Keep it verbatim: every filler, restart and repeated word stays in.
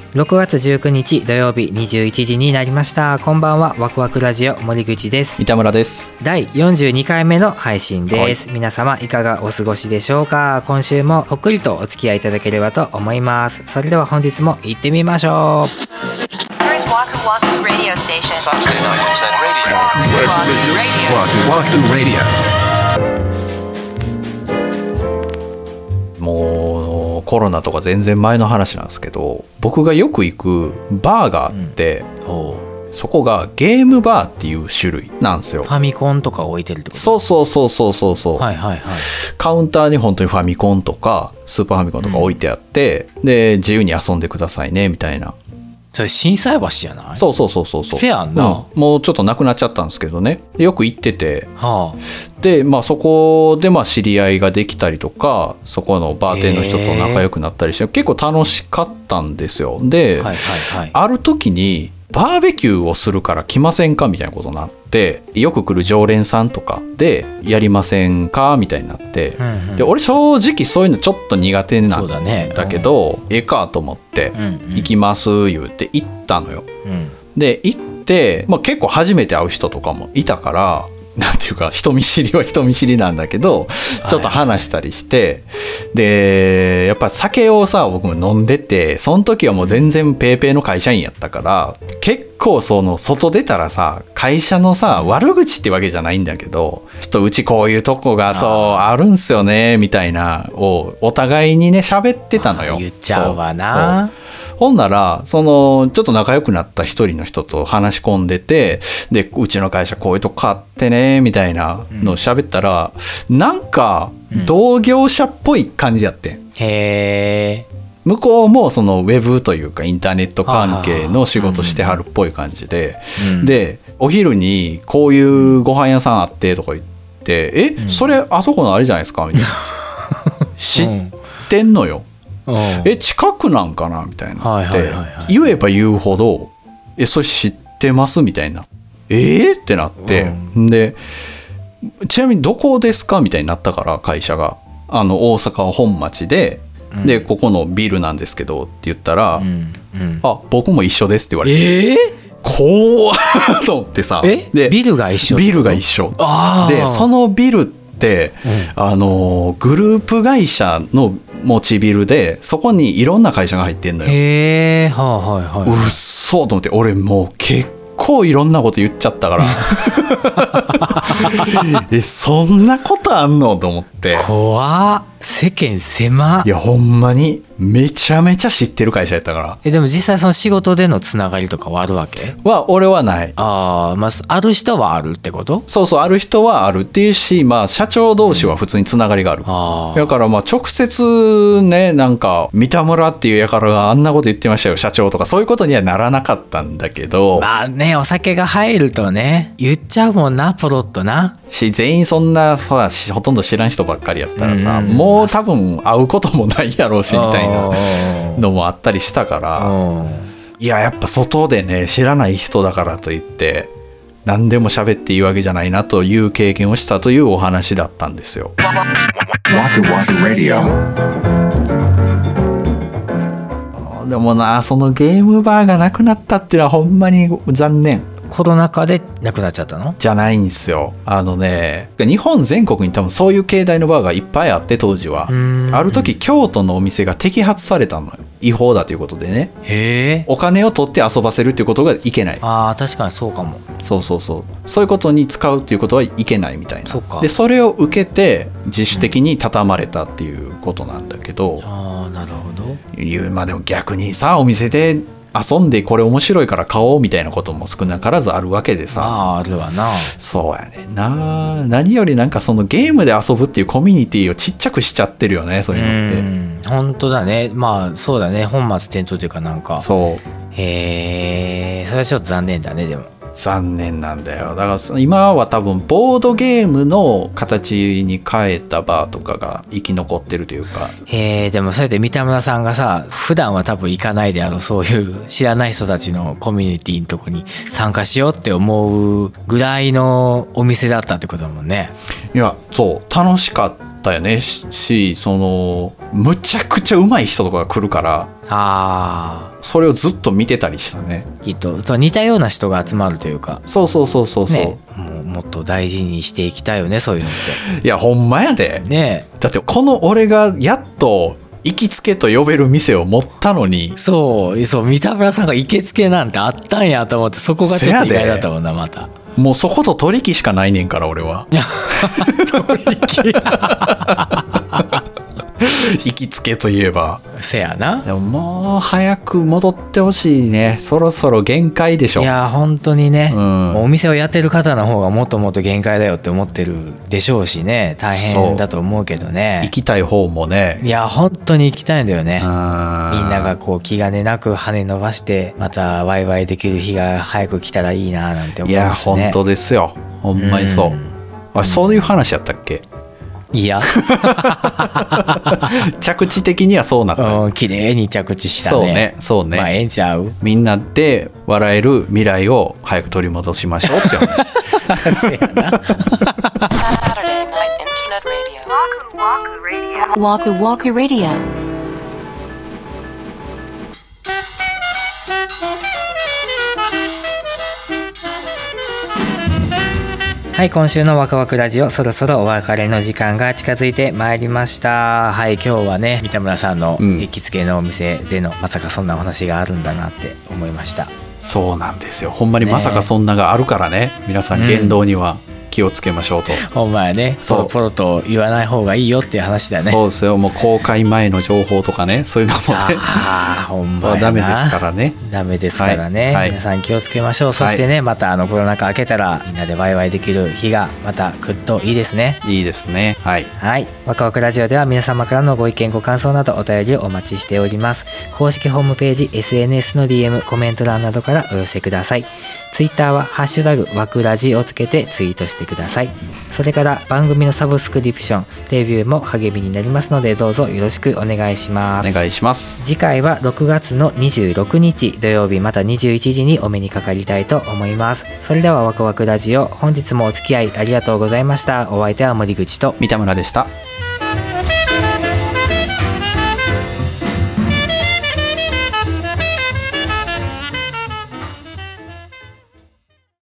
ろくがつじゅうくにち土曜日にじゅういちじになりました。こんばんは。ワクワクラジオ森口です。 三田村です。 だいよんじゅうにかいめの配信です、はい、皆様いかがお過ごしでしょうか。今週もほっくりとお付き合いいただければと思います。それでは本日も行ってみましょう。 もうコロナとか全然前の話なんですけど、僕がよく行くバーがあって、うん、そこがゲームバーっていう種類なんですよ。 ファミコンとか置いてるってこと？ そうそうそうそうそうそう、 はいはいはい、 カウンターに本当にファミコンとかスーパーファミコンとか置いてあって、うん、で自由に遊んでくださいねみたいな。 それ心斎橋じゃない？ そうそうそうそうそう。 せやんな、 うん、もうちょっとなくなっちゃったんですけどね、よく行ってて、 はあ、 でまあそこでまあ知り合いができたりとか、そこのバーテンの人と仲良くなったりして結構楽しかったんですよ。で、はいはいはい、ある時にバーベキューをするから来ませんかみたいなことになって、よく来る常連さんとかでやりませんかみたいになって、うんうん、で俺正直そういうのちょっと苦手なんだけど、ね、うん、ええかと思って、うんうん、行きます言うて行ったのよ、うん、で行って、まあ、結構初めて会う人とかもいたから、なんていうか人見知りは人見知りなんだけど、ちょっと話したりして、はい、でやっぱ酒をさ僕も飲んでて、その時はもう全然ペーペーの会社員やったから、結構その外出たらさ会社のさ悪口ってわけじゃないんだけど、ちょっとうちこういうとこがそうあるんすよねみたいなをお互いにね喋ってたのよ。 言っちゃうわな。 ほんならそのちょっと仲良くなった一人の人と話し込んでて、でうちの会社こういうとこあってねみたいなのを喋ったら、うん、なんか同業者っぽい感じやってん、うん、 へー。 向こうもそのウェブというかインターネット関係の仕事してはるっぽい感じで、うん、でお昼にこういうご飯屋さんあってとか言って、え、うん、それあそこのあれじゃないですかみたいな知ってんのよ、うん、え近くなんかなみたいな、はいはいはいはい、言えば言うほどえそれ知ってますみたいな、えー、ってなって、うん、でちなみにどこですかみたいになったから、会社があの大阪本町で、うん、でここのビルなんですけどって言ったら、うんうん、あ僕も一緒ですって言われて、えー、怖ーと思ってさ、 えでビルが一緒ビルが一緒で、そのビルって、うん、あのグループ会社の持ちビルで、そこにいろんな会社が入ってんのよ。 へー、はあはいはい、 うっそーと思って、俺もう結構いろんなこと言っちゃったからえそんなことあんのと思って、 怖っ、世間狭っ。 いやほんまにめちゃめちゃ知ってる会社やったから。 えでも実際その仕事でのつながりとかはあるわけは俺はない。 あ、まあ、ある人はあるってこと？ そうそう、ある人はあるっていうし、まあ社長同士は普通につながりがある、うん、あだからまあ直接ね、なんか三田村っていうやからがあんなこと言ってましたよ社長とか、そういうことにはならなかったんだけど、 まあね、お酒が入るとね言っちゃうもんな、ポロッとな。 し全員そんなさほとんど知らん人ばっかりやったらさ、うん、もう多分会うこともないやろうしみたいなのもあったりしたから、いややっぱ外でね知らない人だからといって何でも喋っていいわけじゃないなという経験をしたというお話だったんですよ。でもな、そのゲームバーがなくなったっていうのはほんまに残念。 コロナ禍でなくなっちゃったの？ じゃないんですよ。あのね、日本全国に多分そういう形態のバーがいっぱいあって、当時はある時京都のお店が摘発されたのよ、違法だということでね。 へー。 お金を取って遊ばせるっていうことがいけない。 あー確かにそうかも。 そうそうそう、そういうことに使うっていうことはいけないみたいな。 そうか。 でそれを受けて自主的に畳まれたっていうことなんだけど、うん、 ああなるほど。 いうまあでも逆にさ、お店で遊んでこれ面白いから買おうみたいなことも少なからずあるわけでさ。 ああるわな。 そうやねんな。何よりなんかそのゲームで遊ぶっていうコミュニティをちっちゃくしちゃってるよね、そういうのって。 本当だね。まあそうだね、本末転倒というかなんか。 そう。 へえ、それはちょっと残念だね。でも残念なんだよ。だから今は多分ボードゲームの形に変えたバーとかが生き残ってるというか。 へえ、でもそれで三田村さんがさ、普段は多分行かないであろうそういう知らない人たちのコミュニティのとこに参加しようって思うぐらいのお店だったってことだもんね。 いやそう楽しかっったよねし、そのむちゃくちゃ上手い人とかが来るから、 あそれをずっと見てたりしたね。 きっとそう似たような人が集まるというか、 そうそうそうそうそう、 ね、もうもっと大事にしていきたいよね、そういうのって。 いやほんまやで、 ね、 だってこの俺がやっと行きつけと呼べる店を持ったのに、 そうそう、三田村さんが行きつけなんてあったんやと思って、そこがちょっと意外だったもんな。またもうそこと取引しかないねんから俺は。取引行きつけといえばせやな。 でももう早く戻ってほしいね。そろそろ限界でしょ。 いや本当にね、うん、お店をやってる方の方がもっともっと限界だよって思ってるでしょうしね、大変だと思うけどね。 行きたい方もね、 いや本当に行きたいんだよね。みんながこう気兼ねなく羽伸ばしてまたワイワイできる日が早く来たらいいななんて思いますね。 いや本当ですよ、ほんまにそう、うん、あれそういう話やったっけ。 いや着地的にはそうなった、 うん、綺麗に着地したね。 そうねそうね、 まあええんちゃう。 みんなで笑える未来を早く取り戻しましょうって話。そうやな。 Waku Waku Radio。 はい、今週のワクワクラジオ、そろそろお別れの時間が近づいてまいりました。はい、今日はね、三田村さんの行きつけのお店での、うん、まさかそんなお話があるんだなって思いました。 そうなんですよ、ほんまにまさかそんながあるからね、皆さん言動には気をつけましょうと、うん、 ほんまやね、ポロポロと言わない方がいいよっていう話だね。 そうですよ、もう公開前の情報とかね、そういうのもね、 あほんまやな、 ダメですからね、 ダメですからね、はいはい、皆さん気をつけましょう。そしてね、はい、またあのコロナ禍明けたらみんなでワイワイできる日がまた来るといいですね。 いいですね。はい、 はい、ワクワクラジオでは皆様からのご意見ご感想などお便りをお待ちしております。公式ホームページ、 エスエヌエス の ディーエム、 コメント欄などからお寄せください。ツイッターはハッシュタグワクラジをつけてツイートしてください。それから番組のサブスクリプション、レビューも励みになりますので、どうぞよろしくお願いします。 お願いします。 次回はろくがつのにじゅうろくにち土曜日、またにじゅういちじにお目にかかりたいと思います。それではワクワクラジオ、本日もお付き合いありがとうございました。お相手は森口と三田村でした。